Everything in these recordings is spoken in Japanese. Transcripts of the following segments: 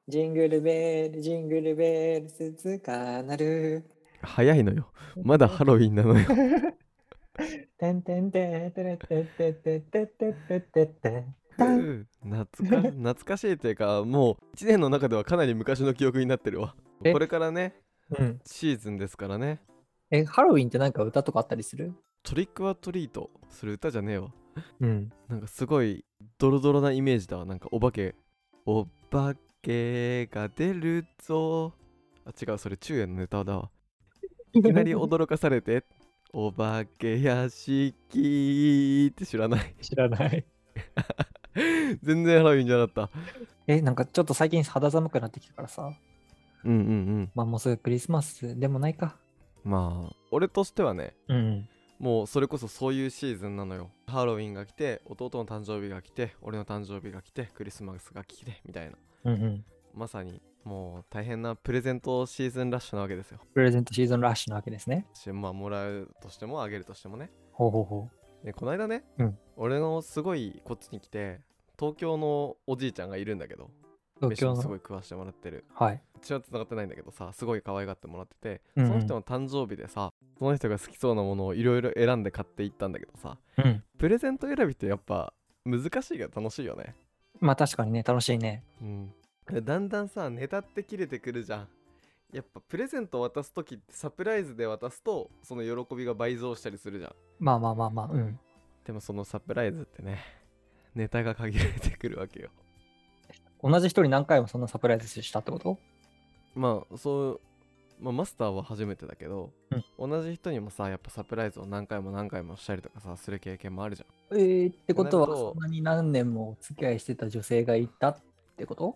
ジングルベル、ジングルベル、鈴が鳴る。 早いのよ。まだハロウィンなのよ。 てんてんてんてれってってってってってってってってたん。 懐かしいっていうか、もう1年の中ではかなり昔の記憶になってるわ。 え、 これからね、 うん。 シーズンですからね。 ハロウィンってなんか歌とかあったりする？ トリックはトリートする歌じゃねえわ。 うん。 なんかすごいドロドロなイメージだわ。なんかお化けが出るぞ。あ、違う、それ中円のネタだわ。いきなり驚かされて、お化け屋敷って知らない。 知らない。 全然ハロウィンじゃなかった。 なんかちょっと最近肌寒くなってきたからさ。 うんうんうん。 まあもうすぐクリスマスでもないか。 まあ、俺としてはね、 うん。 もうそれこそそういうシーズンなのよ。ハロウィンが来て、弟の誕生日が来て、俺の誕生日が来て、クリスマスが来て、みたいな。 うんうん。 まさに、もう大変なプレゼントシーズンラッシュなわけですよ。 プレゼントシーズンラッシュなわけですね。 まあ、もらうとしても、あげるとしてもね。 ほうほうほで、この間ね、 う。うん。 俺のすごいこっちに来て、東京のおじいちゃんがいるんだけど、飯もすご東京の、 い食わしてもらってる。 はい。 血は繋がってないんだけどさ、すごい可愛がってもらってて、 うんうん。 その人の誕生日でさ、その人が好きそうなものをいろいろ選んで買っていったんだけどさ、 うん。 プレゼント選びってやっぱ難しいが楽しいよね。 まあ確かにね、楽しいね。 うん。だんだんさ、ネタって切れてくるじゃん。やっぱプレゼントを渡す時ってサプライズで渡すとその喜びが倍増したりするじゃん。 まあまあまあまあ、うん。 でもそのサプライズってね、ネタが限られてくるわけよ。 同じ人に何回もそんなサプライズしたってこと？ まあそう、まあ、マスターは初めてだけど、 うん。 同じ人にもさ、やっぱサプライズを何回も何回もしたりとかさ、する経験もあるじゃん。っっててなことは、そると、 んなに何年もお付き合いしてた女性がいたってこと？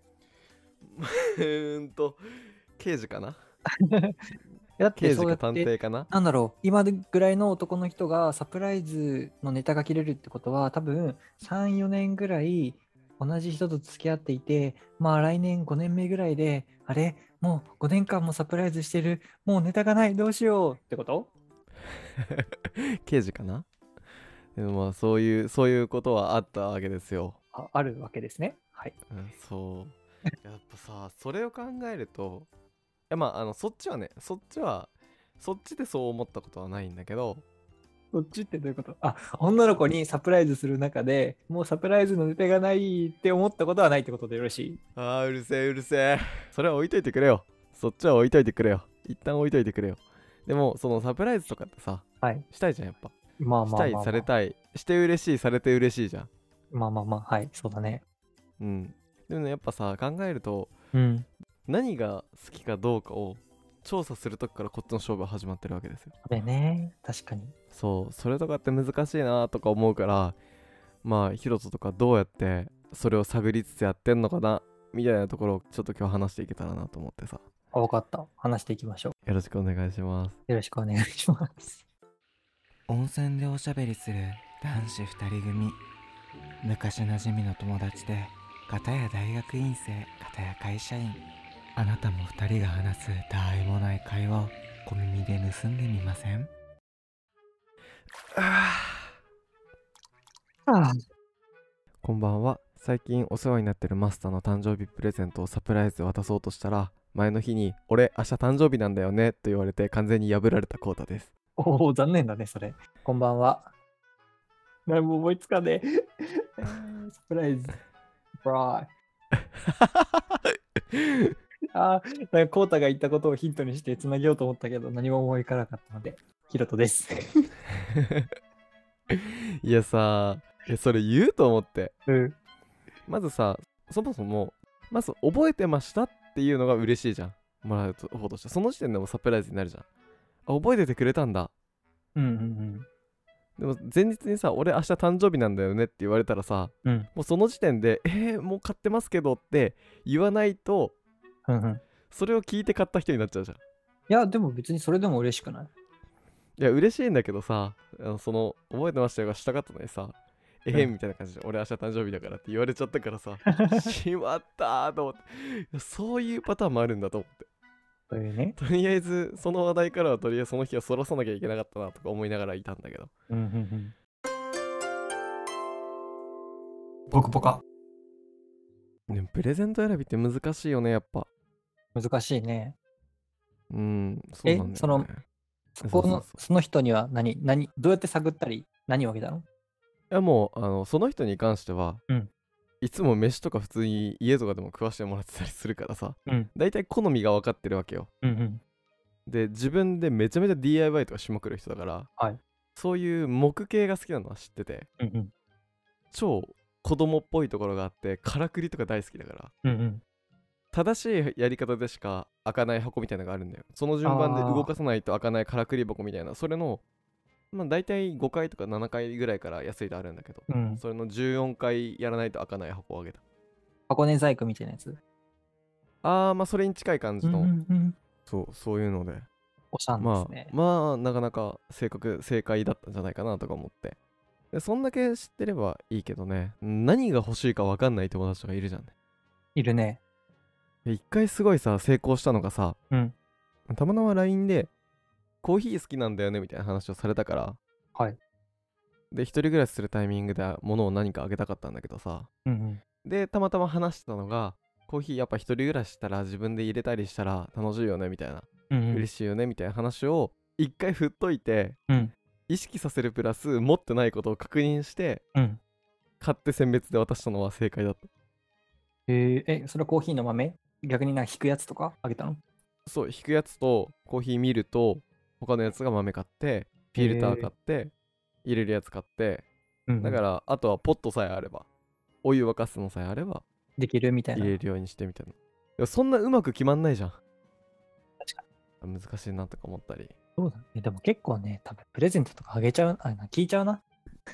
刑事かな。 だって刑事か探そうやって、 偵かな。 なんだろう、今ぐらいの男の人がサプライズのネタが切れるってことは、多分3、4年ぐらい同じ人と付き合っていて、まあ来年5年目ぐらいで、あれもう5年間もサプライズしてる、もうネタがない、どうしようってこと？ 刑事かな。でもまあそういうことはあったわけですよ。 あるわけですね。はい。 うん、そう。やっぱさ、それを考えると、いやまあ、そっちはね、そっちでそう思ったことはないんだけど、 そっちってどういうこと？あ、女の子にサプライズする中でもうサプライズのネタがないって思ったことはないってことでよろしい？ うるせえうるせえ。それは置いといてくれよ。そっちは置いといてくれよ。一旦置いといてくれよ。でも、そのサプライズとかってさ、 はい。 したいじゃん、やっぱ。 まあまあしたい、 まあまあ。 されたい。して嬉しい、されて嬉しいじゃん。 まあまあまあ、はい、そうだね。 うん。でもね、やっぱさ、考えると、 うん。 何が好きかどうかを調査するときからこっちの勝負は始まってるわけですよ。 それね、確かに。 そう、それとかって難しいなとか思うから、まあヒロトとかどうやってそれを探りつつやってんのかなみたいなところをちょっと今日話していけたらなと思ってさ。 あ、わかった。話していきましょよろしくお願いします。 う。よろしくお願いします。 温泉でおしゃべりする男子2人組。昔なじみの友達で、片や大学院生、片や会社員。あなたも2人が話すたわいもない会話を小耳で盗んでみません？ あこんばんは。最近お世話になってるマスターの誕生日プレゼントをサプライズで渡そうとしたら、前の日に俺明日誕生日なんだよねと言われて完全に破られたコータです。 おお、残念だね、それ。こんばんは。何も思いつかねえ。サプライズ。ブライ。なんかコータが言ったことをヒントにしてつなげようと思ったけど、何も思い浮かなかったので、ヒロトです。 いやさ、それ言うと思って。 うん。 まずさ、そもそも、まず覚えてましたっていうのが嬉しいじゃん。もらう方として。その時点でもサプライズになるじゃん。あ、覚えててくれたんだ。 うんうんでも前日にさ、俺明日誕生日なんだよねって言われたらさ、 うん。うん。 もうその時点で、もう買ってますけどって言わないと、 うんうん。 それを聞いて買った人になっちゃうじゃん。 いや、でも別にそれでも嬉しくない？ いや、嬉しいんだけどさ、覚えてましたよがしたかったのにさ、 うん。 みたいな感じで、俺明日誕生日だからって言われちゃったからさ、しまったーと思って、いやそういうパターンもあるんだと思って。 そういうね。 とりあえず、その話題からはとりあえずその日はそらさなきゃいけなかったなとか思いながらいたんだけど。 うんうんうん。 ポクポカ。 でもプレゼント選びって難しいよね、やっぱ。 難しいね。 そうなんだよね。そうそうそう。 その人にはどうやって探ったり、何をあげたの？ いやもう、その人に関しては、 うん。 いつも飯とか普通に家とかでも食わしてもらってたりするからさ、 うん。 だいたい好みが分かってるわけよ。 うんうん。 で、自分でめちゃめちゃ DIY とかしまくる人だから、 はい。 そういう木系が好きなのは知ってて、 うんうん。 超子供っぽいところがあって、からくりとか大好きだから、 うんうん。 正しいやり方でしか開かない箱みたいなのがあるんだよ。その順番で動かさないと開かないからくり箱みたいな、それの、まあ大体5回とか7回ぐらいから安いとあるんだけど、 うん。 それの14回やらないと開かない箱をあげた。 箱根細工みたいなやつ。 まあそれに近い感じの、 うん。 そういうので、 おしゃんですね。 なかなか正解だったんじゃないかなとか思って。で、そんだけ知ってればいいけどね、何が欲しいか分かんない友達とかいるじゃんね。 いるね。 で一回すごいさ、成功したのがさ、 うん。 たまたま LINE で、コーヒー好きなんだよねみたいな話をされたから、 はい。 で、一人暮らしするタイミングで物を何かあげたかったんだけどさ、 うんうん。 で、たまたま話してたのが、コーヒーやっぱ一人暮らししたら自分で入れたりしたら楽しいよねみたいな、 うんうん。 嬉しいよねみたいな話を一回振っといて、 うん意識させるプラス持ってないことを確認して、 うん。 買って選別で渡したのは正解だった。 それはコーヒーの豆？逆になんか引くやつとかあげたの？ そう、引くやつとコーヒーミルと他のやつが豆買って、フィルター買って、入れるやつ買って、 うんだからあとはポットさえあれば、お湯沸かすのさえあればできるみたいな。 入れるようにしてみたいな。いやそんなうまく決まんないじゃん。 確か難しいなとか思ったり。 そうだね。でも結構ね、多分プレゼントとかあげちゃう、聞いちゃうな。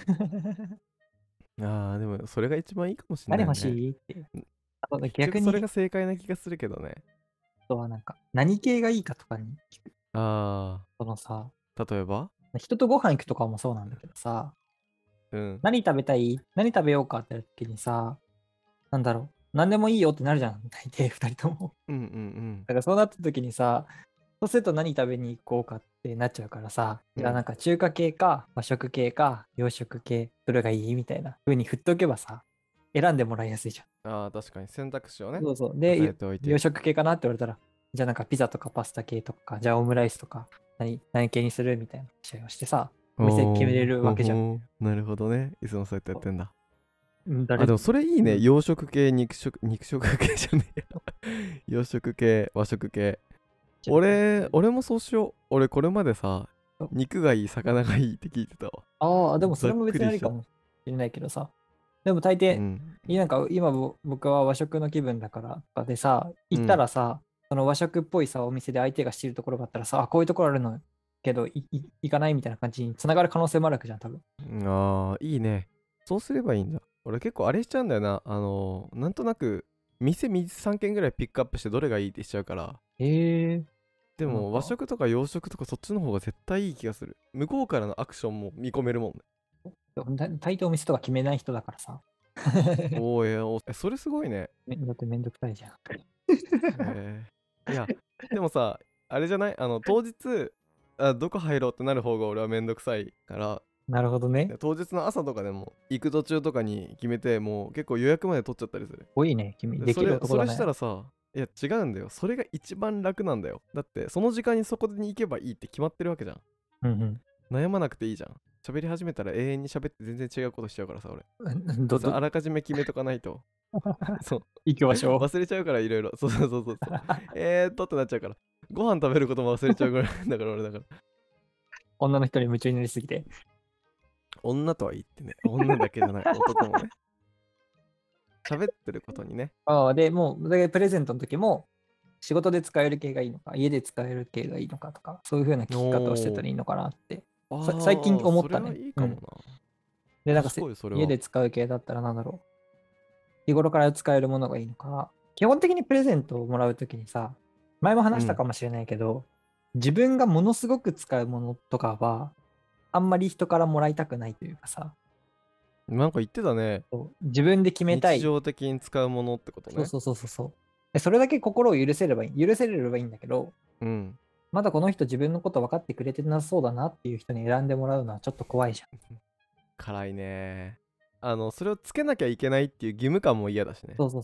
でもそれが一番いいかもしれな何欲いよね。 しいって。あと結逆に、 局それが正解な気がするけどね。 あとはなんか、何系がいいかとかに聞く。 あそのさ、 ー、例えば人とご飯行くとかもそうなんだけどさ、 うん。 何食べたい？何食べようかってやるときにさ、なんだろう、何でもいいよってなるじゃん、大抵二人とも。だからそうなった時にさ、そうすると何食べに行こうかってなっちゃうからさ、じゃあなんか中華系か和食系か洋食系、どれがいいみたいな風に振っておけばさ、選んでもらいやすいじゃん。 確かに選択肢をね、 そうそう。 与で、 えておいて。 洋食系かなって言われたら、じゃあなんかピザとかパスタ系とか、じゃあオムライスとか、何系にするみたいな試合をしてさ、お店決めれるわけじゃん。 なるほどね。いつもそうやってやってんだ。 誰でもそれいいね。 うん洋食系、肉食系じゃねえよ。洋食系、和食系。俺もそうしよう。俺これまでさ、肉がいい、魚がいいって聞いてたわ。 でもそれも別にありかもしれないけどさ。でも大抵、なんか今僕は和食の気分だからとかでさ、行ったらさ、その和食っぽいさ、お店で相手がしてるところがあったらさ、こういうところあるのけど、行かないみたいな感じに繋がる可能性もあるわけじゃん、多分。 いいね。そうすればいいんだ。俺結構あれしちゃうんだよな。なんとなく、店3軒ぐらいピックアップしてどれがいいってしちゃうから。でも和食とか洋食とかそっちの方が絶対いい気がする。向こうからのアクションも見込めるもんね。 大抵お店とか決めない人だからさ。 それすごいね。 だってめんどくさいじゃん。 いや、でもさ、あれじゃない当日、どこ入ろうってなる方が俺はめんどくさいから。 なるほどね。 当日の朝とかでも行く途中とかに決めて、もう結構予約まで取っちゃったりする。 多いね、君。できる男だね。 それしたらさ、いや違うんだよ。それが一番楽なんだよ。だってその時間にそこに行けばいいって決まってるわけじゃん。悩まなくていいじゃん。喋り始めたら永遠に喋って全然違うことしちゃうからさ、俺。あらかじめ決めとかないと。そう。 行きましょう。 忘れちゃうからいろいろ。そう。ってなっちゃうから。ご飯食べることも忘れちゃうぐらいだから俺だから。 女の人に夢中になりすぎて。 女とは言ってね。女だけじゃない。男もね。喋ってることにね。 で、もう、プレゼントの時も、仕事で使える系がいいのか、家で使える系がいいのかとか、そういう風な聞き方をしてたらいいのかなって、最近思ったね。 それはいいかもな。 で、なんか家で使う系だったらなんだろう。日頃から使えるものがいいのか。基本的にプレゼントをもらうときにさ、前も話したかもしれないけど、自分がものすごく使うものとかは、あんまり人からもらいたくないというかさ。 なんか言ってたね。 自分で決めたい。 日常的に使うものってことね。 そう。それだけ心を許せればいいんだけど、まだこの人自分のこと分かってくれてなそうだなっていう人に選んでもらうのはちょっと怖いじゃん。 辛いね。それをつけなきゃいけないっていう義務感も嫌だしね。 そう。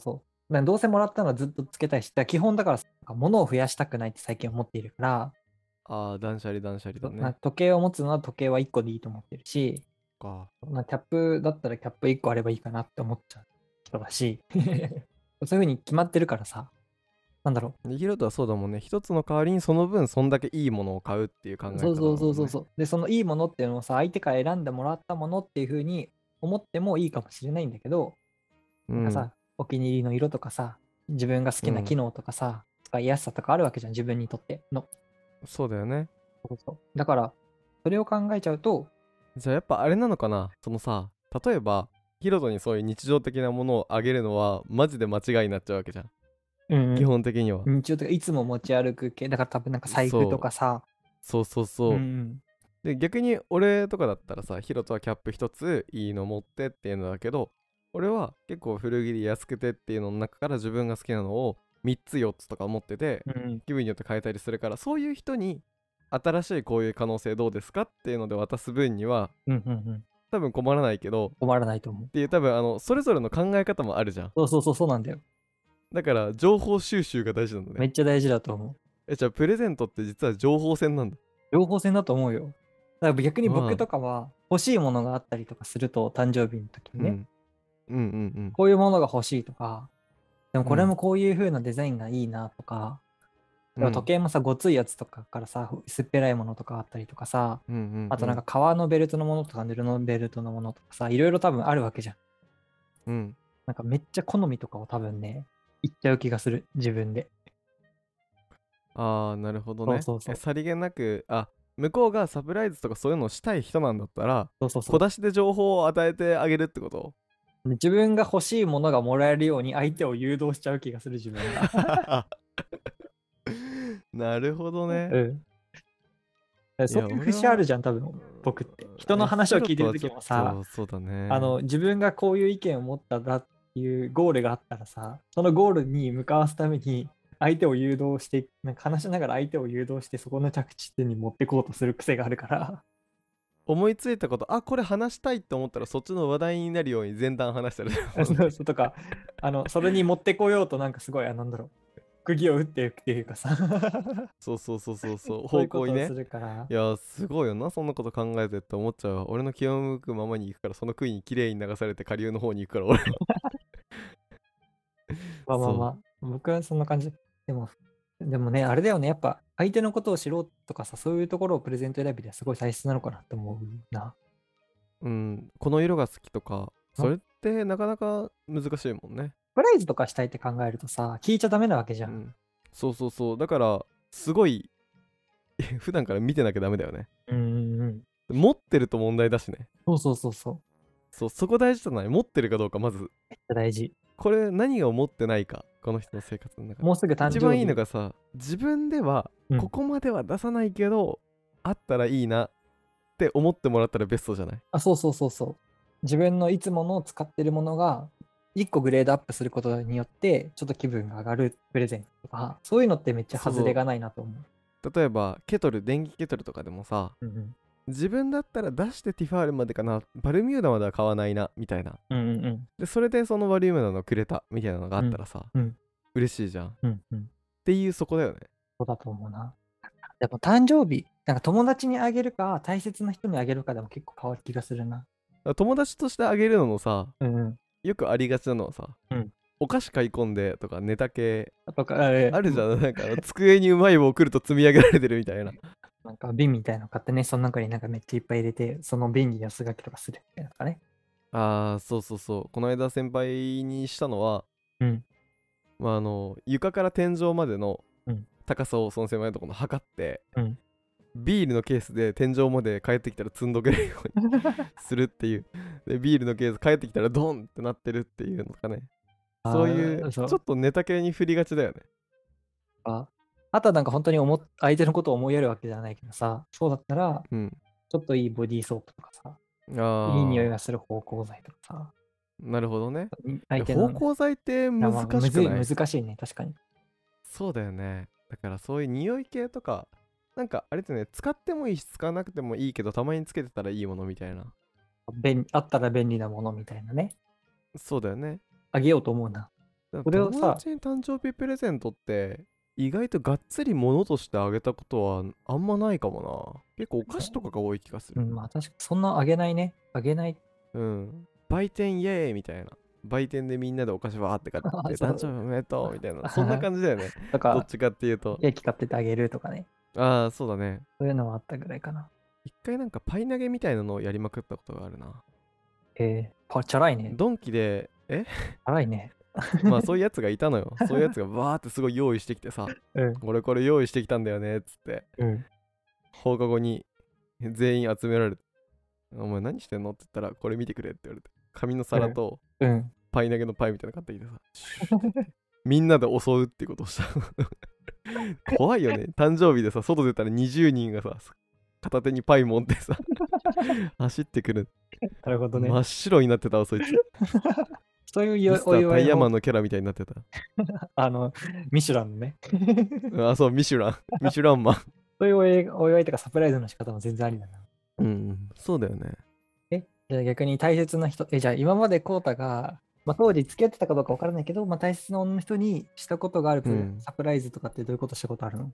らどうせもらったのはずっとつけたいし、だから基本だから物を増やしたくないって最近思っているから、 ああ、断捨離断捨離だね。 時計を持つのは時計は1個でいいと思ってるし、 か。 キャップだったらキャップ1個あればいいかなって思っちゃう人だし、そういう風に決まってるからさ、なんだろヒロトはそうだもんね。一つの代わりにその分そんだけいいものを買うっていう考えう。 方だそうそうもんね。 そうそうそう。で、そのいいものっていうのをさ、相手から選んでもらったものっていう風に思ってもいいかもしれないんだけど、なんかうん。 さ、お気に入りの色とかさ、自分が好きな機能とかさ、使いやすさとかあるわけじゃん、自分にとっての。 そうだよね。 そうそう。だから、それを考えちゃうと、 じゃあやっぱあれなのかな、そのさ、例えばヒロトにそういう日常的なものをあげるのはマジで間違いになっちゃうわけじゃん。基本的には。 日常とかいつも持ち歩く系、だから多分なんか財布とかさ、 そうそううそう。 んで逆に俺とかだったらさ、ヒロトはキャップ一ついいの持ってっていうのだけど、俺は結構古着で安くてっていうのの中から自分が好きなのを3つ4つとか持ってて、 うん気分によって変えたりするから、そういう人に新しいこういう可能性どうですかっていうので渡す分にはうん多分困らないけど、 困らないと思う。 っていう多分それぞれの考え方もあるじゃん。 そうなんだよ。 だから情報収集が大事なんだね。 めっちゃ大事だと思う。 じゃあプレゼントって実は情報戦なんだ。 情報戦だと思うよ。だから逆に僕まあとかは欲しいものがあったりとかすると、誕生日の時にね、 うんうんこういうものが欲しいとか、でもこれうんもこういう風なデザインがいいなとか、でも時計もさ、ごついやつとかからさ、薄っぺらいものとかあったりとかさ、あとなんか革のベルトのものとか布のベルトのものとかさ、いろいろ多分あるわけじゃん。 うんなんかめっちゃ好みとかを多分ね、言っちゃう気がする、自分で。 ああ、なるほどね。 そう。 さりげなく、向こうがサプライズとかそういうのをしたい人なんだったら、 そう。 小出しで情報を与えてあげるってこと？ で自分が欲しいものがもらえるように相手を誘導しちゃう気がする、自分が。 なるほどね。 うん。 いや、 そういう俺は、 節あるじゃん、多分、僕って。人の話を聞いてる時もさ、 そうだね。 自分がこういう意見を持ったらっていうゴールがあったらさ、そのゴールに向かわすために、相手を誘導して、なんか話しながら相手を誘導して、そこの着地点に持ってこうとする癖があるから。 思いついたこと、これ話したいと思ったらそっちの話題になるように前段話したりそうとか、それに持ってこようと、なんかすごい、なんだろう、釘を打っていくっていうかさ、 そうそうい方うこ向にね。 とをするからい。やすごいよな、そんなこと考えてって思っちゃうわ。俺の気を向くままに行くから、その杭に綺麗に流されて下流の方に行くから俺は。そまあ、僕はそんな感じ。でもね、あれだよね、やっぱ相手のことを知ろうとかさ、そういうところをプレゼント選びですごい大切なのかなって思うな。 う。この色が好きとか、それってなかなか難しいもんね。 プライズとかしたいって考えるとさ、聞いちゃダメなわけじゃん。 そう。だから、すごい、普段から見てなきゃダメだよね。持ってると問題だしね。 そう。 そこ大事じゃない？持ってるかどうか、まず。 めっちゃ大事。 これ何が持ってないか、この人の生活の中で。 もうすぐ誕生日。 一番いいのがさ、自分ではここまでは出さないけど、あったらいいなって思ってもらったらベストじゃない？ そう。自分のいつもの使ってるものが、1個グレードアップすることによって、ちょっと気分が上がるプレゼントとか、そういうのってめっちゃ外れがないなと思う。 例えば、電気ケトルとかでもさ、自分だったら出してティファールまでかな、バルミューダまでは買わないなみたいな。でそれでそのバルミューダのくれたみたいなのがあったらさ、嬉しいじゃん。っていうそこだよね。 そうだと思うな。でも誕生日、なんか友達にあげるか、大切な人にあげるかでも結構変わる気がするな。 友達としてあげるのもさ、 うんよくありがちなのはさ、 うんお菓子買い込んでとかネタ系とか、 あるじゃん。なんか机にうまい棒来ると積み上げられてるみたいな。 なんか瓶みたいなの買ってね、その中になんかめっちゃいっぱい入れて、その瓶に安書きとかするみたいなのかね。 そう。この間先輩にしたのは、 うんまあ床から天井までのうん高さをその先輩のところ測って、 うんビールのケースで天井まで帰ってきたら積んどけるようにするっていう。で、ビールのケース帰ってきたらドンってなってるっていうのかね。そういうちょっとネタ系に振りがちだよね。 あとはなんか本当に相手のことを思いやるわけじゃないけどさ、そうだったら、ちょっといいボディーソープとかさ、いい匂いがする芳香剤とかさ。 なるほどね。 相手の芳香剤って難しくない？ 難しいね、確かに。 そうだよね。だからそういう匂い系とか、なんかあれですね、使ってもいいし使わなくてもいいけど、たまにつけてたらいいものみたいな。 あったら便利なものみたいなね。 そうだよね。 あげようと思うな。 それをさ、 友達に誕生日プレゼントって意外とがっつり物としてあげたことはあんまないかもな。結構お菓子とかが多い気がする。 まあ確かにそんなあげないね。あげない。 売店イエーイみたいな。売店でみんなでお菓子わーって買ってそう誕生日おめでとうみたいな。そんな感じだよね。 とか、 どっちかっていうと。 ケーキ買っててあげるとかね。 ああ、そうだね。 そういうのはあったぐらいかな。 一回なんかパイ投げみたいなのをやりまくったことがあるな。 チャラいね。 ドンキで、 チャラいね。 まあそういうやつがいたのよ。そういうやつがバーってすごい用意してきてさ、 うん。 これ用意してきたんだよねっつって、 うん。 放課後に全員集められて、お前何してんのって言ったら、これ見てくれって言われて、紙の皿とうん。 パイ投げのパイみたいなの買ってきてさ、みんなで襲うっていうことをした。怖いよね。誕生日でさ、外出たら20人がさ、片手にパイ持ってさ、走ってくる。 なるほどね。 真っ白になってたわ、そいつ。 そういうミスタータイヤマンのキャラみたいになってた。 ミシュランのね。 あ、そう、ミシュラン。ミシュランマン。 そういうお祝いとかサプライズの仕方も全然ありだな。 そうだよね。 じゃあ逆に大切な人、じゃあ今までコウタが、当時付き合ってたかどうかわからないけど、大切な女の人にしたことがあるサプライズとかってどういうことしたことあるの？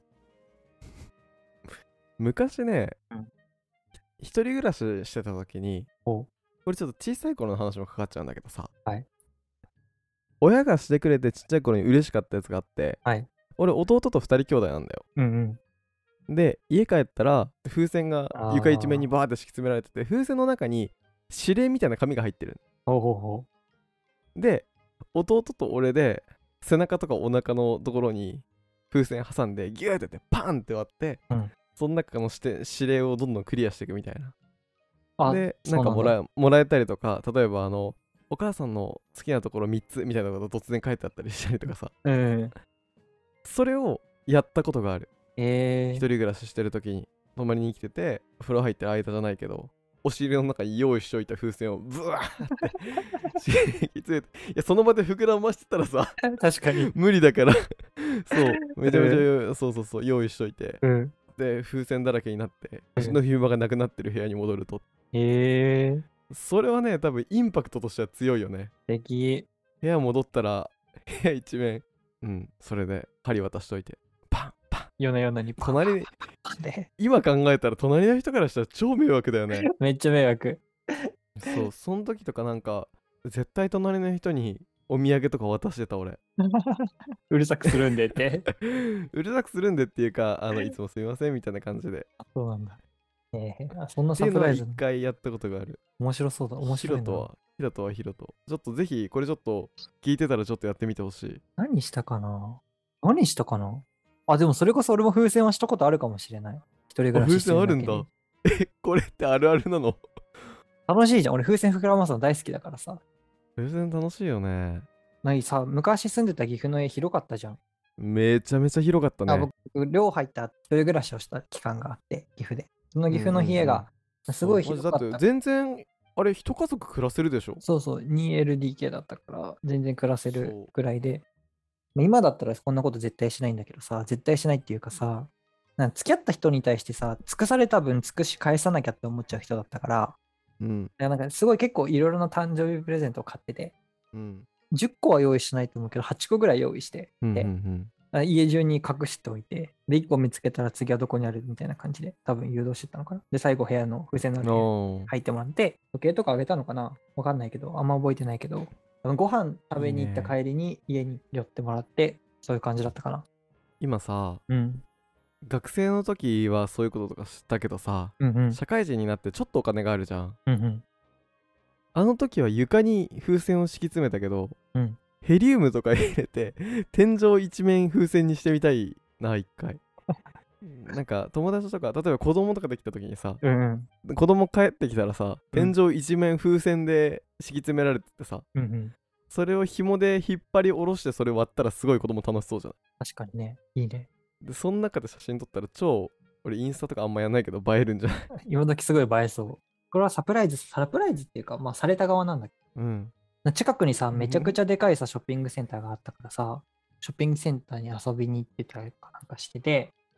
昔ね、 うん一人暮らししてた時に、これちょっと小さい頃の話もかかっちゃうんだけどさ、 はい。 親がしてくれてちっちゃい頃に嬉しかったやつがあって、 はい。 俺弟と2人兄弟なんだよ。 うんうん。 で、家帰ったら風船が床一面にバーって敷き詰められてて、風船の中に指令みたいな紙が入ってる。で、弟と俺で背中とかお腹のところに風船挟んでギューってやってパンって割って、その中の指令をどんどんクリアしていくみたいな。で、なんかもらえたりとか、例えばお母さんの好きなところ3つみたいなこと突然書いてあったりしたりとかさ、それをやったことがある。一人暮らししてる時に泊まりに来てて、風呂入ってる間じゃないけど、押し入れの中に用意しといた風船をブワーって刺激つけて、いやその場で膨らましてたらさ確かに無理だからそうめちゃめちゃそう用意しといて、で風船だらけになって足の暇がなくなってる部屋に戻ると、それはね多分インパクトとしては強いよね。 素敵。 部屋戻ったら部屋一面それで針渡しといてパンパン夜な夜なにパン隣にで今考えたら隣の人からしたら超迷惑だよね。 めっちゃ迷惑。 そうその時とかなんか絶対隣の人にお土産とか渡してた俺。 うるさくするんでってうるさくするんでっていうかいつもすみませんみたいな感じで。 そうなんだ。そんなっていうのはサプライズ一回やったことがある。 面白そうだ。面白いな。 ヒロト。ちょっとぜひこれちょっと聞いてたらちょっとやってみてほしい。 何したかなあ、でもそれこそ俺も風船はしたことあるかもしれない。一人暮らししてるだけに。 風船あるんだ。これってあるあるなの？ 楽しいじゃん。俺風船膨らますの大好きだからさ。 風船楽しいよね。 昔住んでた岐阜の家広かったじゃん。 めちゃめちゃ広かったね。 僕、寮入った一人暮らしをした期間があって、岐阜で。その岐阜の家がすごい広かった。 だって全然、あれ、一家族暮らせるでしょ？ そうそう、2LDK だったから、全然暮らせるぐらいで。今だったらこんなこと絶対しないんだけどさ、絶対しないっていうかさ、付き合った人に対してさ、尽くされた分尽くし返さなきゃって思っちゃう人だったから、なんかすごい結構いろいろな誕生日プレゼントを買ってて、10個は用意しないと思うけど、8個ぐらい用意して、家中に隠しておいて、で、1個見つけたら次はどこにあるみたいな感じで、多分誘導してたのかな。で、最後部屋の風船の部屋入ってもらって、時計とかあげたのかなわかんないけど、あんま覚えてないけど、ご飯食べに行った帰りに家に寄ってもらって、そういう感じだったかな。 今さ、学生の時はそういうこととか知ったけどさ、社会人になってちょっとお金があるじゃん。あの時は床に風船を敷き詰めたけど、ヘリウムとか入れて天井一面風船にしてみたいな一回。なんか友達とか例えば子供とかできた時にさ、子供帰ってきたらさ、天井一面風船で敷き詰められててさ、それを紐で引っ張り下ろしてそれ割ったらすごい子供楽しそうじゃない？ 確かにね、いいね。 でその中で写真撮ったら俺インスタとかあんまやんないけど映えるんじゃない？ 今時すごい映えそう。これはサプライズっていうか、された側なんだけど、近くにさ、めちゃくちゃでかいさ、ショッピングセンターがあったからさ、ショッピングセンターに遊びに行ってたりとかなんかしてて、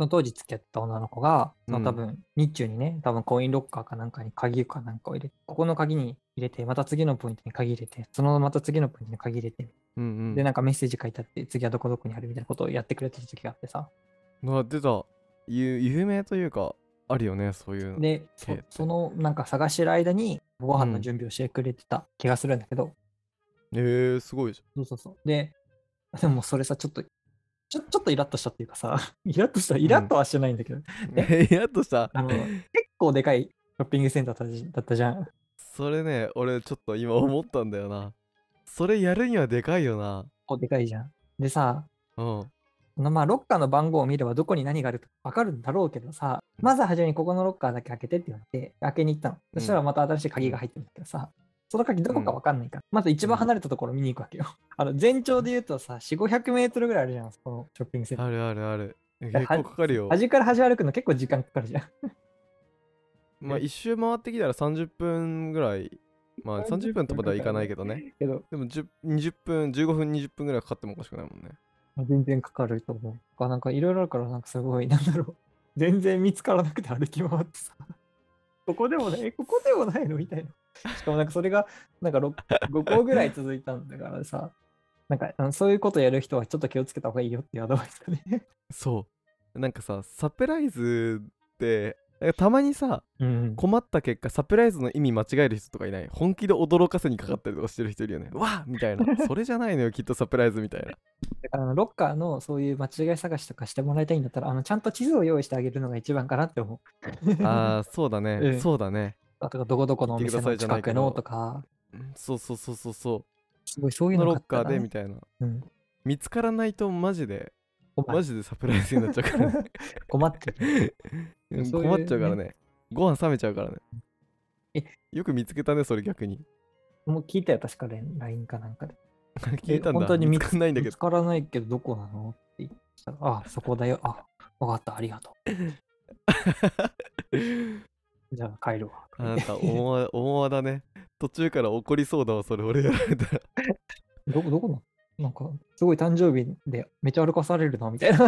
その当時付き合った女の子が、その多うん分、日中にね、多分コインロッカーかなんかに鍵かなんかを入れて、ここの鍵に入れて、また次のポイントに鍵入れて、そのまた次のポイントに鍵入れて、で、 うんなんかメッセージ書いてあって、次はどこどこにあるみたいなことをやってくれてた時があってさ。 うん。出た。有名というか、あるよね、そういうの。 で、 系ってそのなんか探してる間に、ご飯の準備をしてくれてた気がするんだけど、 すごいじそうそうそう。でもそれさ、ちょっとイラッとしたっていうかさ、イラんッとはしてないんだけど、 ゃん。やっとさ、 結構でかいショッピングセンターだったじゃん。 それね、俺ちょっと今思ったんだよな。それやるにはでかいよな。 結構でかいじゃん。でさ、 うん。 まあ、ロッカーの番号を見ればどこに何があるか分かるんだろうけどさ、まず初めにここのロッカーだけ開けてって言われて、開けに行ったの。そしたらまた新しい鍵が入ってるんだけどさ、その鍵どこか分かんないから、まず一番離れたところ見に行くわけよ。全長で言うとさ、4、500メートルぐらいあるじゃん、このショッピングセンター。 あるあるある。結構かかるよ。 端から端歩くの結構時間かかるじゃん。 まあ一周回ってきたら30分ぐらい。まあ30分とまではいかないけどね。 けど、 でも20分、15分、20分ぐらいかかってもおかしくないもんね。 全然かかると思う。なんかいろいろあるから、なんかすごい、なんだろう。全然見つからなくて歩き回ってさ。ここでもないのみたいな。しかもなんかそれが、なんか5個ぐらい続いたんだからさ。なんかそういうことやる人はちょっと気をつけた方がいいよっていうアドバイスだね。 そう。なんかさ、サプライズってたまにさ、困った結果サプライズの意味間違える人とかいない？本気で驚かせにかかったりとかしてる人いるよね。うわっみたいな。それじゃないのよ、きっとサプライズみたいな。 だからロッカーのそういう間違い探しとかしてもらいたいんだったら、ちゃんと地図を用意してあげるのが一番かなって思う。 ああ、そうだね、 うんそうだね。 あとどこどこのお店の近くのとか、 そうそうそうそうそう。 すごいそういうのロッカのがあったらーでみたいな。 うん見つからないとマジで困るサプライズになっちゃうからね。 困ってる。そういう困っちゃうからね。ご飯冷めちゃうからね。 えよく見つけたね、それ逆に。 もう聞いたよ、確か LINE かなんかで。 聞いたんだ。 本当に見つかんないんだけど。 見つからないけど、どこなのって言ったら、あ、そこだよ。あ、わかった、ありがとう。じゃあ帰るわ。 あなた、大和だね。途中から怒りそうだわ、それ俺やられたら。 どこなのなんか、すごい誕生日でめっちゃ歩かされるな、みたいな。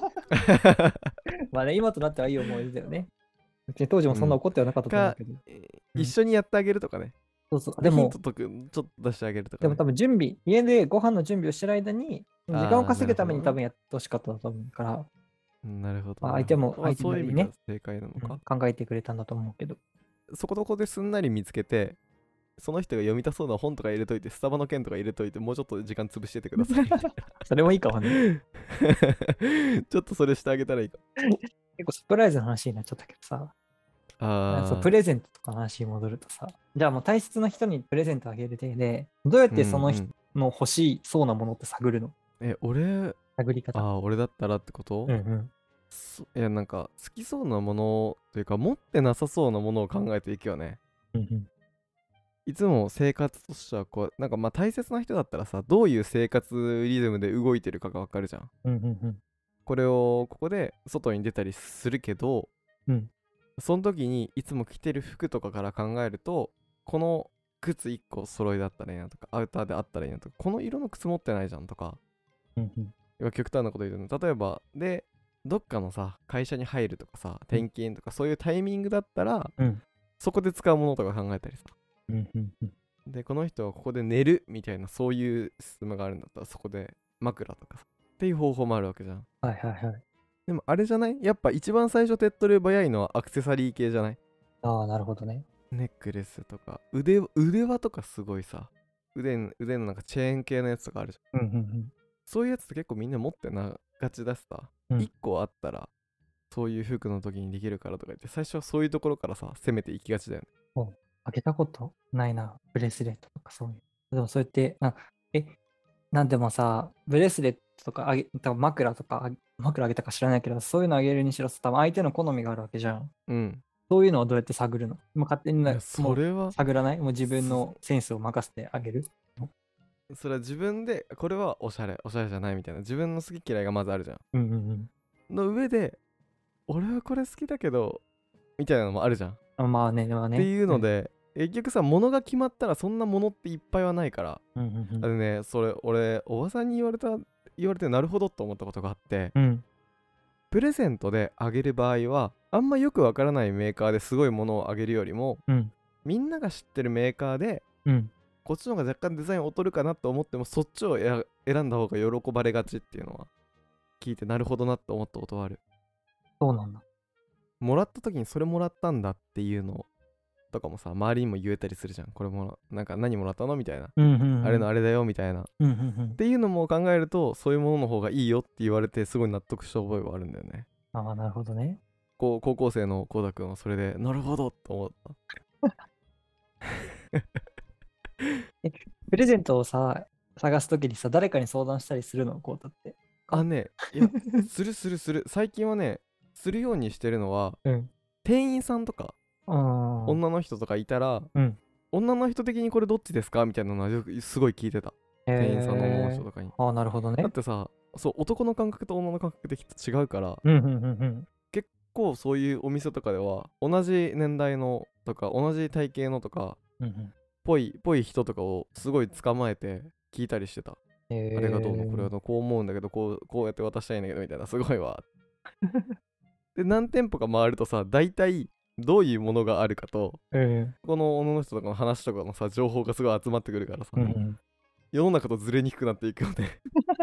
まあね、今となってはいい思い出だよね。別に当時もそんな怒ってはなかったと思うけど。 一緒にやってあげるとかね。 そうそう。 でも、 でも、 ヒントとくちょっと出してあげるとか、 でも多分家でご飯の準備をしてる間に、時間を稼ぐために多分やってほしかったと思うから、 なるほど。 相手もそういう意味で正解なのか、 考えてくれたんだと思うけど。 そこどこですんなり見つけて、その人が読みたそうな本とか入れといて、スタバの件とか入れといて、もうちょっと時間潰しててください。 それもいいかもね。 ちょっとそれしてあげたらいいか。 結構サプライズの話になっちゃったけどさ、そうプレゼントとかの話に戻るとさ、じゃあもう大切な人にプレゼントあげる手で、どうやってその人の欲しいそうなものって探るの？ 探り方。 俺だったらってこと？いや、なんか好きそうなものというか、持ってなさそうなものを考えていくよね。いつも生活としてはこう、なんかまあ大切な人だったらさ、どういう生活リズムで動いてるかがわかるじゃん。これをここで外に出たりするけど、その時にいつも着てる服とかから考えると、この靴1個揃いだったらいいなとか、アウターであったらいいなとか、この色の靴持ってないじゃんとか、極端なこと言うと、例えばでどっかのさ会社に入るとかさ、転勤とかそういうタイミングだったら、そこで使うものとか考えたりさ、でこの人はここで寝るみたいな、そういうシステムがあるんだったら、そこで枕とかさっていう方法もあるわけじゃん。でもあれじゃない？やっぱ一番最初手っ取り早いのはアクセサリー系じゃない？ ああ、なるほどね。 ネックレスとか腕輪とか、すごいさ、腕のなんかチェーン系のやつとかあるじゃん。そういうやつって結構みんな持ってながちだしさ、1個あったらそういう服の時にできるからとか言って、最初はそういうところからさ攻めていきがちだよね。 開けたことないな、ブレスレットとかそういう。でもそうやって、なんでもさ、ブレスレットとか多分枕あげたか知らないけど、そういうのあげるにしろ多分相手の好みがあるわけじゃん。そういうのはどうやって探るの？もう勝手にそれは探らない？もう自分のセンスを任せてあげる？ それは自分で、これはおしゃれじゃないみたいな、自分の好き嫌いがまずあるじゃん。の上で、俺はこれ好きだけどみたいなのもあるじゃん。 まあね、っていうので、結局さ、物が決まったらそんなものっていっぱいはないから、それ俺おばさんに言われてなるほどと思ったことがあって、 プレゼントであげる場合はあんまよくわからないメーカーですごいものをあげるよりも、 うん。 みんなが知ってるメーカーでうん。 こっちの方が若干デザイン劣るかなと思ってもそっちを選んだ方が喜ばれがちっていうのは聞いてなるほどなって思ったことはある。 そうなんだ。 もらった時にそれもらったんだっていうのとかもさ、周りにも言えたりするじゃん。これもなんか何もらったのみたいな、 うんうんうん。 あれのあれだよみたいなっうんうんていうのも考えると、そういうものの方がいいよって言われてすごい納得した覚えはあるんだよね。 うん。ああ、なるほどね。 こう高校生のコウタ君はそれでなるほどと思った。 プレゼントをさ、探すときにさ、誰かに相談したりするのこうだって。 あね、いや、するするする。最近はね、するようにしてるのは、 うん。 店員さんとかああ。 女の人とかいたら、 うん。 女の人的にこれどっちですかみたいなのはよくすごい聞いてた。店員さんの女の人とかに。 ああ、なるほどね。 だってさ、そう、男の感覚と女の感覚できっと違うから、 うんうんうんうん。 結構そういうお店とかでは、同じ年代のとか、同じ体型のとか、 うんうん。 ぽい人とかをすごい捕まえて聞いたりしてた。あれがどうのこれがどうのこう思うんだけどこうやって渡したいんだけどみたいな、すごいわ。で何店舗か回るとさ、大体どういうものがあるかと、この女の人とかの話とかのさ情報がすごい集まってくるからさ、 うんうん。 世の中とずれにくくなっていくよね。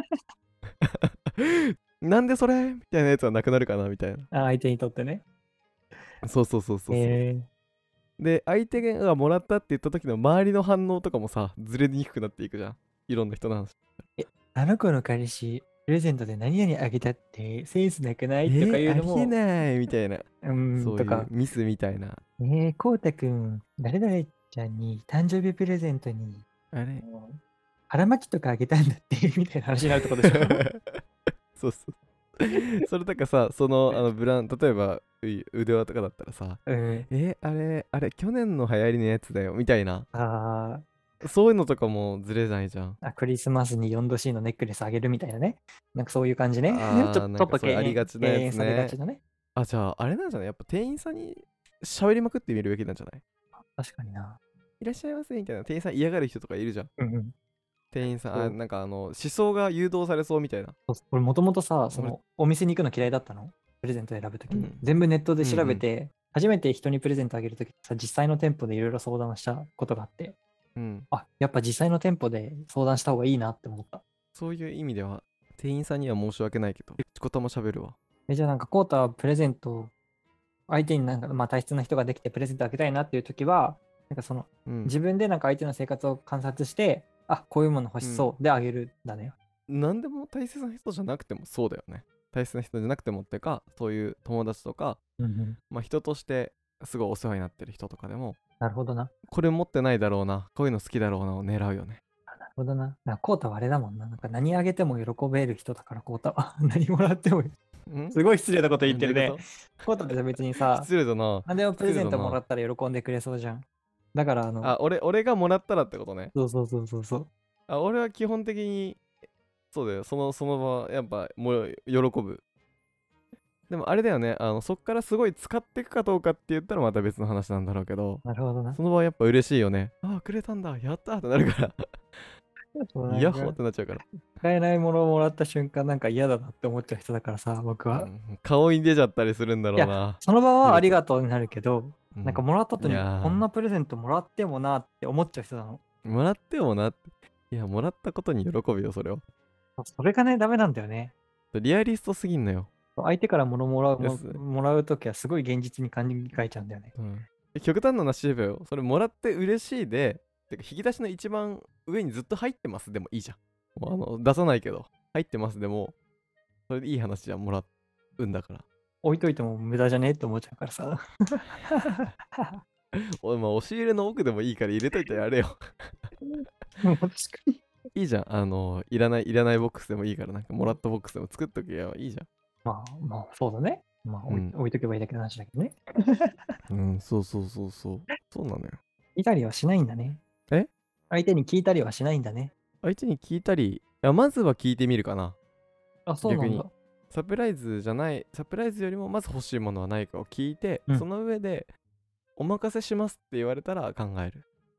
なんでそれみたいなやつはなくなるかなみたいな。 あ、相手にとってね。 そうそうそうそうそう。 えで相手がもらったって言った時の周りの反応とかもさずれにくくなっていくじゃん、いろんな人の話。 あの子の彼氏、プレゼントで何々あげたってセンスなくないとかいうのも、 ありえないみたいな、そういうとか、 ミスみたいな。 こうたくん、誰々ちゃんに誕生日プレゼントに、 あれ腹巻きとかあげたんだってみたいな話になるってことでしょ。 そうそう。それとかさ、そのブランド、例えば腕輪とかだったらさ、 うん。 あれ去年の流行りのやつだよみたいな、 あそういうのとかもずれないじゃん。 あ、クリスマスに 4°C のネックレスあげるみたいなね。なんかそういう感じね。ちょなんかっとそれありがちなやつ敬遠されがね。 ちだね。 あ、じゃああれなんじゃない、やっぱ店員さんに喋りまくってみるべきなんじゃない？ 確かにな。 いらっしゃいませみたいな、店員さん嫌がる人とかいるじゃん。 うんうん。 店員さん、 そうなんか思想が誘導されそうみたいな。 俺もともとさ、 俺お店に行くの嫌いだったの。プレゼント選ぶときに。 うん全部ネットで調べうんて、初めて人にプレゼントあげるときさ、実際の店舗でいろいろ相談したことがあって、あ、やっぱ実際の店舗で相談した方がいいなって思った。 そういう意味では店員さんには申し訳ないけど、ち言も喋るわ。 じゃあなんか、コータはプレゼント、相手になんか、まあ大切な人ができてプレゼントあげたいなっていうときは、なんか自分でなんか相手の生活を観察して、あ、こういうもの欲しそうであげるんだね。 何でも大切な人じゃなくてもそうだよね。大切な人じゃなくてもってか、そういう友達とか、まあ人としてすごいお世話になってる人とかでも、 なるほどな。 これ持ってないだろうな、こういうの好きだろうなを狙うよね。 なるほどな。コータはあれだもんな。なんか何あげても喜べる人だから、コータは。何もらっても。すごい失礼なこと言ってるね。コータって別にさ、 失礼だな。 何でもプレゼントもらったら喜んでくれそうじゃん。だから俺がもらったらってことね。 そう。 俺は基本的に、そうだよ、その場、やっぱもう喜ぶ。でもあれだよね、そっからすごい使っていくかどうかって言ったらまた別の話なんだろうけど、 なるほどな。 その場はやっぱ嬉しいよね。ああ、くれたんだ、やったーってなるから。ヤッホーってなっちゃうから。 使えないものをもらった瞬間なんか嫌だなって思っちゃう人だからさ、僕は。 顔に出ちゃったりするんだろうな。 その場はありがとうになるけど、なんかもらった後にいやーこんなプレゼントもらってもなって思っちゃう人なの。 もらってもなって。いや、もらったことに喜ぶよ、それを。 それがね、ダメなんだよね。 リアリストすぎんのよ。 相手から物もらうときはすごい現実に考えちゃうんだよね。 極端な話言えばよ、それもらって嬉しいで、てか引き出しの一番上にずっと入ってますでもいいじゃん。もう出さないけど、入ってますでも、それでいい話じゃん、もらうんだから。 置いといても無駄じゃねって思っちゃうからさ。 押し入れの奥でもいいから入れといてやれよ。 確かに。 いいじゃん。いらないボックスでもいいから、なんかもらったボックスでも作っとけばいいじゃん。 まあ、そうだね。まあ、置いとけばいいだけの話だけどね。 そう。そうなのよ。 聞いたりはしないんだね。相手に聞いたりはしないんだね。 相手に聞いたり、まずは聞いてみるかな。 あ、そうなんだ。 逆に。サプライズよりもまず欲しいものはないかを聞いて、その上で、お任せしますって言われたら考える。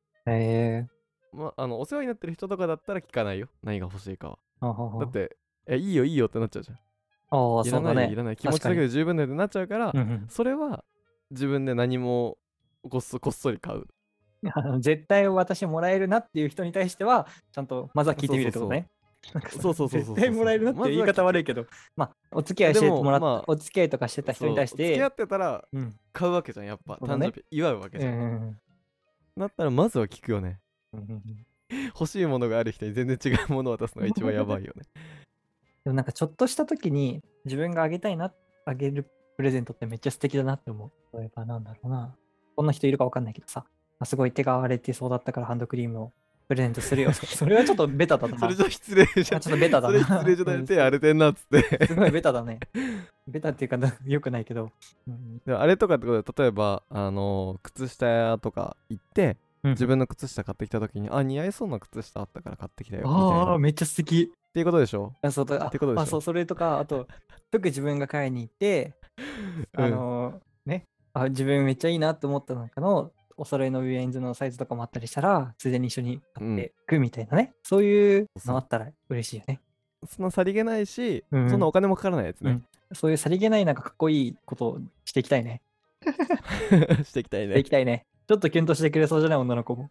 お世話になってる人とかだったら聞かないよ。何が欲しいかは。だって、いいよってなっちゃうじゃん。 ああ、 いらないよ、いそうだね。 らない。気持ちだ確かに。 けで十分だよってなっちゃうから、 うんうん。 それは自分で何もこっそり買う。 絶対私もらえるなっていう人に対しては、ちゃんとまずは聞いてみるそうそうそってことね。なんかう。 さ、 そうそうそう絶そうそうそう。 対もらえるなっていう言いまずは聞く。 方悪いけど、まあ、お付き合いしてでも、 もらった、 まお付き合いとかしてたあ、 人に対し付き合て、 ってたらうん、 買うわけじゃん、やっぱ。 そうだね。 誕生日祝うわけうんじゃん。 うんだったらまずは聞くよね。 うんうんうん。 欲しいものがある人に全然違うものを渡すのが一番やばいよね。 でもなんかちょっとした時に自分があげたいな、あげるプレゼントってめっちゃ素敵だなって思う。例えばなんだろうな。こんな人いるかわかんないけどさ、すごい手が荒れてそうだったからハンドクリームをプレゼントするよ。それはちょっとベタだな。 それじゃ失礼じゃん。 ちょっとベタだそれ失礼な。 じゃない。 うん手荒れてんなっつって。 すごいベタだね。ベタっていうかよくないけど。うんでもあれとかってことで、例えば、靴下屋とか行って、 うん、 自分の靴下買ってきた時に、あ、似合いそうな靴下あったから買ってきたよ、みたいああ、 な。っめっちゃ素敵。 ていうことでしょ？ あ、そうだ、 ってことでしょ？ そう、それとか、あと、服自分が買いに行って、 うん。 自分めっちゃいいなって思った中のお揃いのウィエンズのサイズとかもあったりしたら、ついでに一緒に買っていくみたいなね。そういうそうのあったら嬉しいよね。 そんなさりげないし、 うんそんなお金もかからないやつね。 うん。そういうさりげないなんかかっこいいことをしていきたいね。 していきたいしていね。 きたいね。ちょっとキュンとしてくれそうじゃない女の子も。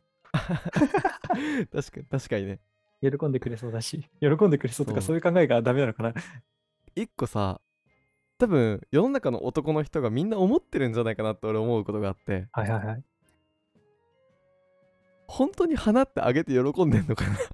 確かにね。 喜んでくれそうだし。喜んでくれそうとかそうそういう考えがダメなのかな。 一個さ、多分世の中の男の人がみんな思ってるんじゃないかなって俺思うことがあって、 はいはいはい。 本当に花ってあげて喜んでんのかな。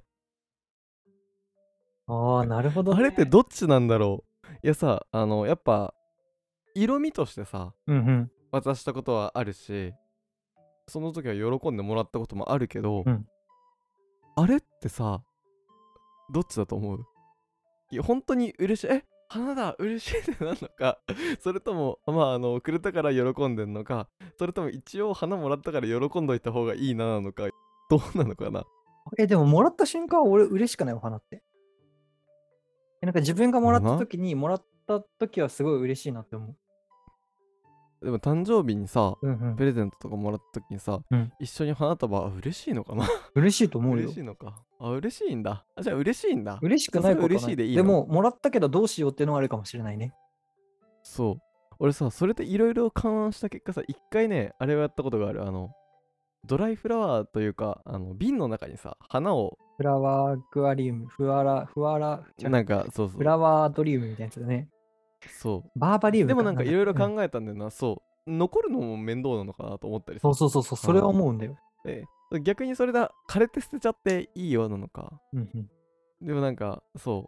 ああ、なるほどあれってね。 どっちなんだろう。いやさ、やっぱ色味としてさ、 うんうん。 渡したことはあるし、その時は喜んでもらったこともあるけど、 うん。 あれってさ、どっちだと思う？いや本当に嬉しい、花だ嬉しいってなんのか、それともくれたから喜んでんのか、それとも一応花もらったから喜んどいた方がいいななのか、どうなのかな。 でももらった瞬間は俺嬉しくないお花って。なんか自分がもらった花時に、もらった時はすごい嬉しいなって思う。 でも誕生日にさ、 うんうん。 プレゼントとかもらった時にさ、 うん一緒に花束、嬉しいのかな。 嬉しいと思うよ。 嬉しいのか。嬉しいんだ。じゃあ嬉しいんだ。 嬉しくじゃあそれは嬉ないことはない。 しいでいいの？ でも、もらったけどどうしようっていうのがあるかもしれないね。 そう。俺さ、それでいろいろ勘案した結果さ、一回ね、あれをやったことがある。ドライフラワーというか、瓶の中にさ、花を、 フラワーアクアリウム、違うなんか、そうそう、 フラワードリウムみたいなやつだね。 そバーバリウう。でもムかなんかいろいろなんだっけ、うん。 考えたんだよな、そう。残るのも面倒なのかなと思ったりさ。 そう、それは思うんだよ。 で逆にそれだ、枯れて捨てちゃっていいよなのか。 うんうん。 でもなんか、そう。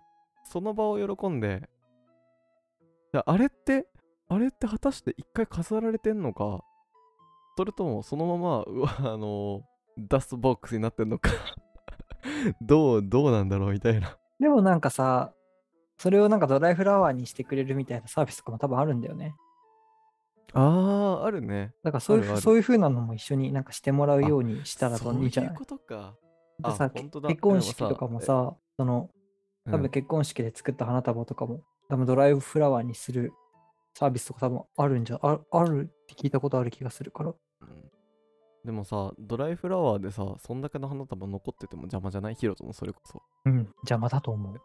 その場を喜んで、あれって果たして一回飾られてんのか、それともそのまま、ダストボックスになってんのかどうなんだろうみたいな。 でもなんかさ、それをなんかドライフラワーにしてくれるみたいなサービスとかも多分あるんだよね。 あるね。 だからあるある。 そういう風なのも一緒になんかしてもらうようにしたらそういういいんじゃない？ ことか。 でさ、 本当だ。 結婚式とかもさ、多分結婚式で作った花束とかも、多分ドライフラワーにするサービスとか多分あるあるって聞いたことある気がするから。 でもさ、ドライフラワーでさ、そんだけの花束残ってても邪魔じゃない？ヒロトのそれこそ。 うん、邪魔だと思う。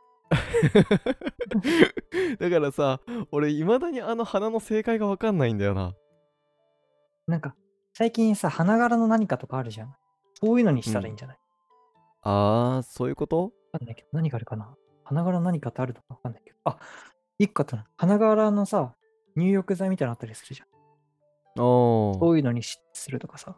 だからさ、俺、いまだにあの花の正解がわかんないんだよな。 なんか、最近さ、花柄の何かとかあるじゃん。そういうのにしたらいいんじゃない？ そういうこと？ わかんないけど、何があるかな？花柄何かってあるのかわかんないけど。一個あったな。花柄のさ、入浴剤みたいなのあったりするじゃん。そういうのにするとかさ。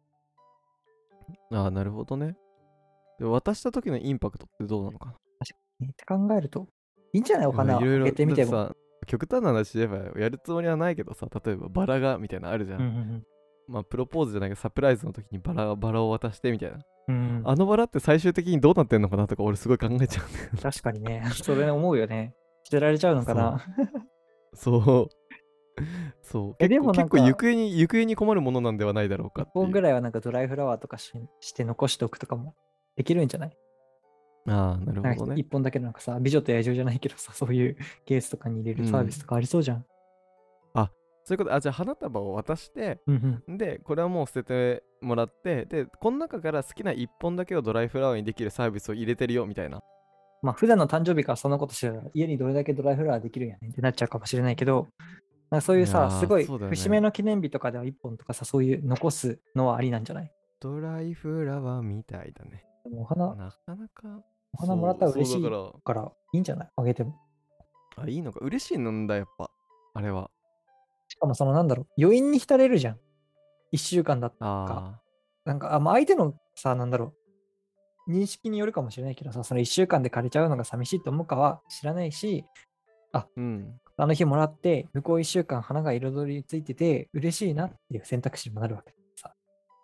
なるほどね。で渡した時のインパクトってどうなのかな。 確かにね。って考えると、いいんじゃない？お花いろいろあげてみても。 だってさ、極端な話言えばやるつもりはないけどさ、例えばバラがみたいなのあるじゃん。 うんうんプロポーズじゃないけどサプライズの時にバラを渡してみたいな。 うん。 あのバラって最終的にどうなってんのかなとか俺すごい考えちゃうんだよね。 確かにね。それ思うよね。捨てられちゃうのかな。 そうでもなんか、 結構行方に困るものなんではないだろうか 1 っていう。 本ぐらいはなんかドライフラワーとかして残しておくとかもできるんじゃない？ なるほどね。 1本だけなんかさ、美女と野獣じゃないけどさ、そういうケースとかに入れるサービスとかありそうじゃん。 そういうこと。じゃあ花束を渡して、 うんうん。 で、これはもう捨ててもらって、で、この中から好きな1本だけをドライフラワーにできるサービスを入れてるよみたいな。 まあ普段の誕生日からそんなことしてたら家にどれだけドライフラワーできるんやねんってなっちゃうかもしれないけど、なんかそういういやさ、すーごいそうだよね節目の記念日とかでは1本とかさ、そういう残すのはありなんじゃない？ ドライフラワーみたいだね。 でもおなかなか。 花もらったら嬉しいそうだかからいいんじゃない？あげても。 ら、いいのか。嬉しいなんだ、やっぱ。あれは。 しかもそのなんだろう、余韻に浸れるじゃん。1週間だったか。 あなんか、まあ相手のさ、なんだろう、認識によるかもしれないけどさ、その1週間で枯れちゃうのが寂しいと思うかは知らないし、 うん。 あの日もらって、向こう1週間花が彩りついてて、嬉しいなっていう選択肢にもなるわけさ。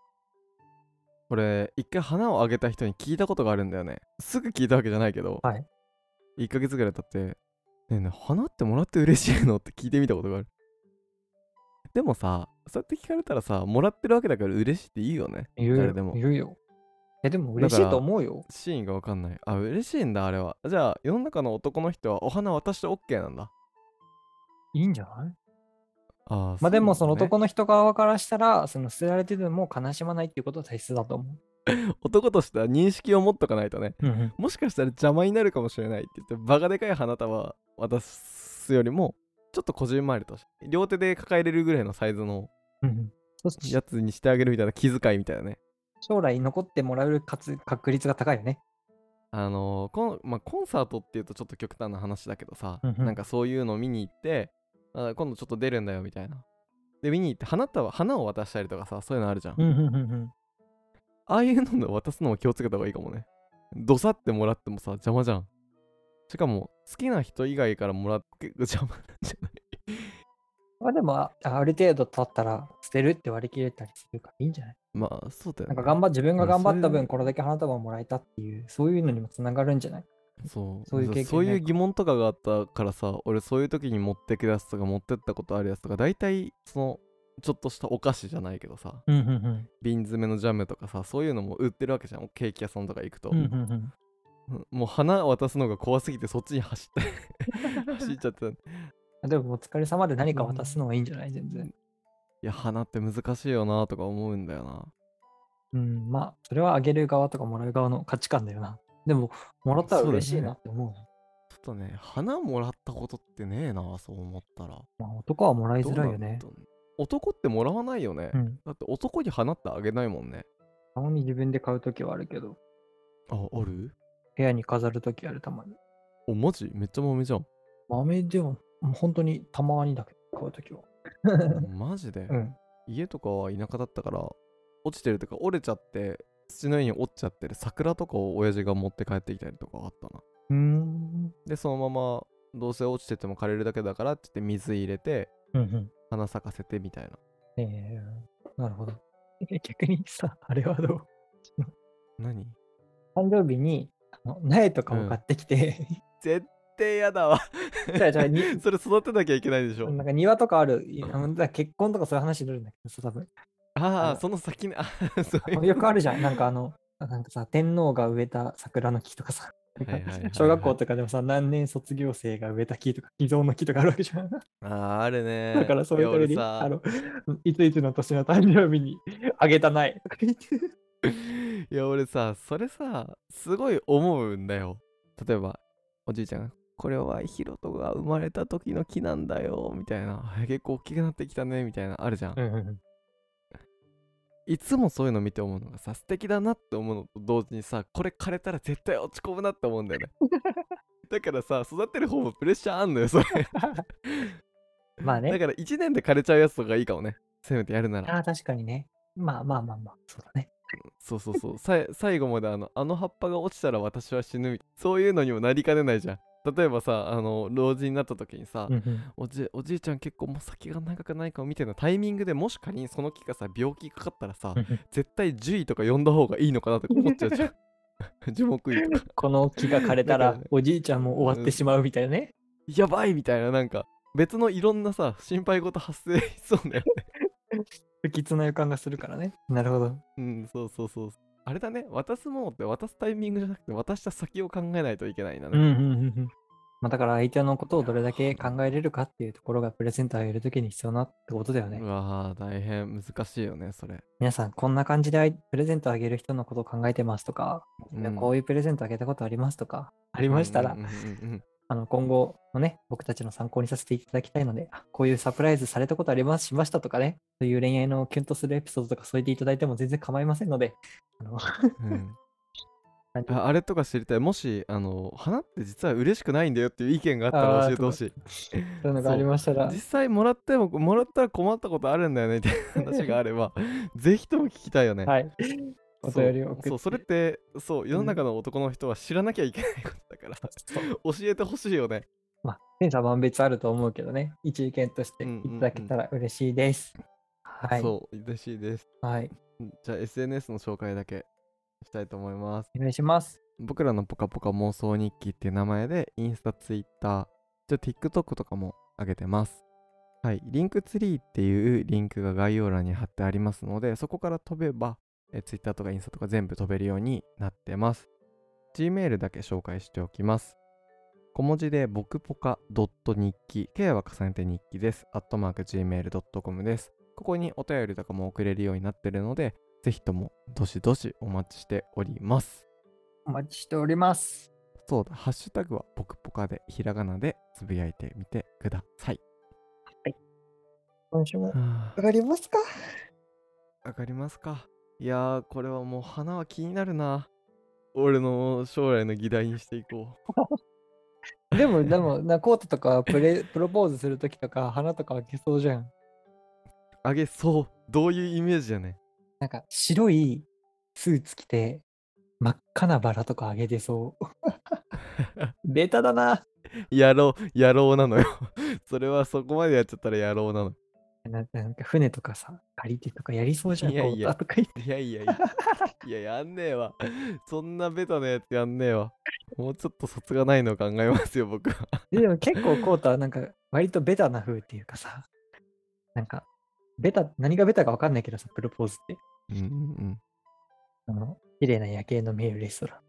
俺、一回花をあげた人に聞いたことがあるんだよね。すぐ聞いたわけじゃないけど、 はい。 1ヶ月ぐらい経って、ねえねえ、花ってもらって嬉しいのって聞いてみたことがある。でもさ、そうやって聞かれたらさ、もらってるわけだから嬉しいっていいよね。 いるよ。 誰でもい。るよ。でも嬉しいとだから、 思うよ。 シーンがわかんない。あ、嬉しいんだ、あれは。じゃあ、世の中の男の人はお花渡して OK なんだ。 いいんじゃない？ ああ、 まあでもそのそうなんだね。 男の人側からしたら、その捨てられてても悲しまないっていうことは大切だと思男としては認識を持っとかないとね。 う。うんうん。 もしかしたら邪魔になるかもしれないって言って、バカでかい花束渡すよりも、ちょっとこじんまりとして、両手で抱えれるぐらいのサイズのうんうん。そうすやつにしてあげるみたいな気遣いみたいなね。 将来残ってもらえる確率が高いよね。 コンサートっていうとちょっと極端な話だけどさ、 うんうんなんかそういうの見に行って、今度ちょっと出るんだよみたいな。で、見に行って花を渡したりとかさ、そういうのあるじゃん。 うんうんうんうん。 ああいうので渡すのも気をつけた方がいいかもね。どさってもらってもさ、邪魔じゃん。しかも、好きな人以外からもらって邪魔なんじゃない？ まあでも、ある程度経ったら捨てるって割り切れたりするからいいんじゃない？ まあ、そうだよね。 自分が頑張った分、これだけ。 け花束をもらえたっていう、そういうのにもつながるんじゃない？そういう経験そういうないか疑問とかがあったからさ、俺そういう時に持ってくやつとか持ってったことあるやつとか、大体その、ちょっとしたお菓子じゃないけどさ、 うんうん瓶詰めのジャムとかさ、そういうのも売ってるわけじゃん。ケーキ屋さんとか行くと。 うん。うんうんうん。 もう花渡すのが怖すぎてそっちに走って走っちゃった。いでも、お疲れ様で何か渡すのはいいんじゃない？全然。 や、花って難しいよなとか思うんだよな。 うん、まあ、それはあげる側とかもらう側の価値観だよな。でも、もらったら嬉しいなって思うな。 ちょっとね、花もらったことってねえな、そう思ったら。 まあ、男はもらいどうなんだづらいよね。 男ってもらわないよね。 うん。 だって男に花ってあげないもんね。 たまに自分で買うときはあるけど、 ある部屋に飾るときあるたまに。 お、マジめっちゃ豆じゃん。 豆でも、もう本当にたまにだけど、買うときは。 マジで、 うん。 家とかは田舎だったから、落ちてるとか折れちゃって、土の上に折っちゃってる桜とかを親父が持って帰ってきたりとかあったな。 うーん。 で、そのまま、どうせ落ちてても枯れるだけだからって言って水入れて、 うんうん。 花咲かせてみたいな。 なるほど。逆にさ、あれはどう？ 何？ 誕生日に苗とかを買ってきて、 絶対やだわじゃあにそれ育てなきゃいけないでしょ。 なんか庭とかある、結婚とかそういう話になるんだけどさ、多分。 ああ、その先に、そういう。 よくあるじゃん。なんかさ、天皇が植えた桜の木とかさ、 はいはいはいはい小学校とかでもさ、何年卒業生が植えた木とか、既存の木とかあるわけじゃん。 あるね。 だからそういうために、 俺さ、 いついつの年の誕生日にあげたないとか言って。 いや俺さ、それさ、すごい思うんだよ。例えば、おじいちゃんが、これはヒロトが生まれた時の木なんだよ、みたいな。結構大きくなってきたね、みたいな、あるじゃん。いつもそういうの見て思うのがさ、素敵だなって思うのと同時にさ、これ枯れたら絶対落ち込むなって思うんだよね。だからさ、育てる方もプレッシャーあんのよ、それ。 まあね。 だから1年で枯れちゃうやつとかいいかもね。せめてやるなら。 確かにね。まあ、そうだね。 そうそうそう。最後まであの葉っぱが落ちたら私は死ぬみたいな。そういうのにもなりかねないじゃん。例えばさ、老人になった時にさ、おじいちゃん結構もう先が長くないかもみたいなタイミングでもし仮にその木がさ、病気かかったらさ、絶対獣医とか呼んだ方がいいのかなとか思っちゃうじゃん。樹木医とか。 この木が枯れたら、 だからねおじいちゃんも終わってしまうみたいなね。 やばいみたいな、なんか別のいろんなさ、心配事発生しそうだよね。 不吉な予感がするからね。なるほど。 うん、そうそうそう。あれだね、渡すものって渡すタイミングじゃなくて渡した先を考えないといけないんだね。 だから相手のことをどれだけ考えれるかっていうところがプレゼントをあげるときに必要なってことだよね。 うわー、大変難しいよね、それ。 皆さん、こんな感じでプレゼントをあげる人のことを考えてますとか、こういうプレゼントあげたことありますとか、ありましたら、今後のね、僕たちの参考にさせていただきたいので、こういうサプライズされたことあります、しましたとかね、そういう恋愛のキュンとするエピソードとか添えていただいても全然構いませんので、 あれとか知りたい。もし、花って実は嬉しくないんだよっていう意見があったら教えてほしい。 そういうのがありましたら、 実際もらったら困ったことあるんだよねって話があれば、ぜひとも聞きたいよね。 はい。お便りを送って。 そう、それって、世の中の男の人は知らなきゃいけないことだから、教えてほしいよね。 千差万別あると思うけどね、一意見としていただけたら嬉しいです。はい。 そう、嬉しいです。 はい。 じゃあ SNS の紹介だけしたいと思います。 お願いします。 僕らのポカポカ妄想日記っていう名前でインスタ、ツイッター、TikTok とかも上げてます。はい、リンクツリーっていうリンクが概要欄に貼ってありますので、そこから飛べば、Twitter とかインスタとか全部飛べるようになってます。Gmail だけ紹介しておきます。小文字で僕ポカ日記、K は重ねて日記です。@gmail.com です。ここにお便りとかも送れるようになってるので、ぜひともどしどしお待ちしております。 お待ちしております。 そうだ、ハッシュタグは僕ポカでひらがなでつぶやいてみてください。 はい。今週も上がりますか？ 上がりますか。いやー、これはもう花は気になるな。俺の将来の議題にしていこう。でも、コートとかプロポーズするときとか、花とかあげそうじゃん。 あげそう。どういうイメージやね。 なんか白いスーツ着て、真っ赤なバラとかあげてそう。ベタだな。 野郎なのよ。それはそこまでやっちゃったら野郎なの。 なんか船とかさ、借りてとかやりそうじゃん。 いやいや、 とか言って。 いや、やんねえわ。そんなベタなやつやんねえわ。もうちょっと卒がないの考えますよ、僕は。 でも結構コートはなんか割とベタな風っていうかさ、なんか何がベタか分かんないけどさ、プロポーズって。綺麗な夜景の見えるレストラン。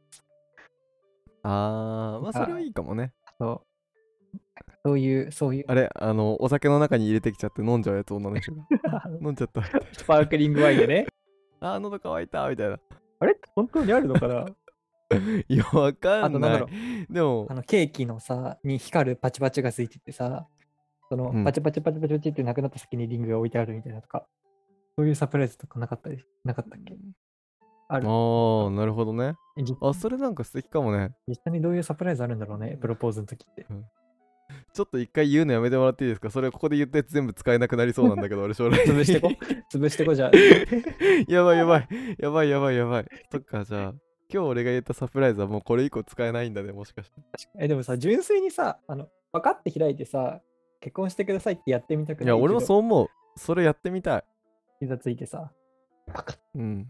まあそれはいいかもね。 そういう。 あれ、お酒の中に入れてきちゃって飲んじゃうやつ、女の人が。飲んじゃった。 スパークリングワインでね。 喉乾いたみたいな。 あれ本当にあるのかな？ いや、わかんない。でも、 ケーキのさ、に光るパチパチがついててさ、そのパチパチパチパチパチってなくなった先にリングが置いてあるみたいなとか、そういうサプライズとかなかったっけ？ある。 なるほどね。それなんか素敵かもね。 実際にどういうサプライズあるんだろうね、プロポーズの時って。 ちょっと一回言うのやめてもらっていいですか？それここで言ったやつ全部使えなくなりそうなんだけど、俺将来。 潰してこじゃあ。 やばい。そっか、じゃあ、今日俺が言ったサプライズはもうこれ以降使えないんだね、もしかして。 でもさ、純粋にさ、パカって開いてさ、結婚してくださいってやってみたくない？ いや、俺もそう思う。それやってみたい。 膝ついてさ、パカッ。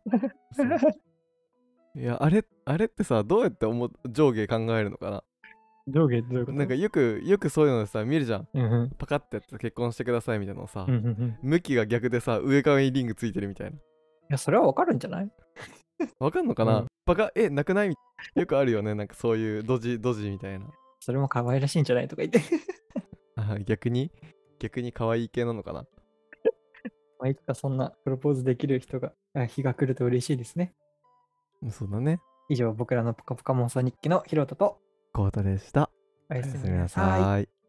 いや、あれってさ、どうやって上下考えるのかな？ 上下どういうこと？ なんかよくそういうのさ、見るじゃん。パカってやって結婚してくださいみたいなのさ、向きが逆でさ、上側にリングついてるみたいな。いや、それはわかるんじゃない？ わかんのかな？パカ、なくない？よくあるよね、なんかそういうドジみたいな。 それも可愛らしいんじゃないとか言って。 逆に可愛い系なのかな？ いつかそんなプロポーズできる日が来ると嬉しいですね。 そうだね。 以上、僕らのポカポカ妄想日記のヒロトとコータでした。 おやすみなさい。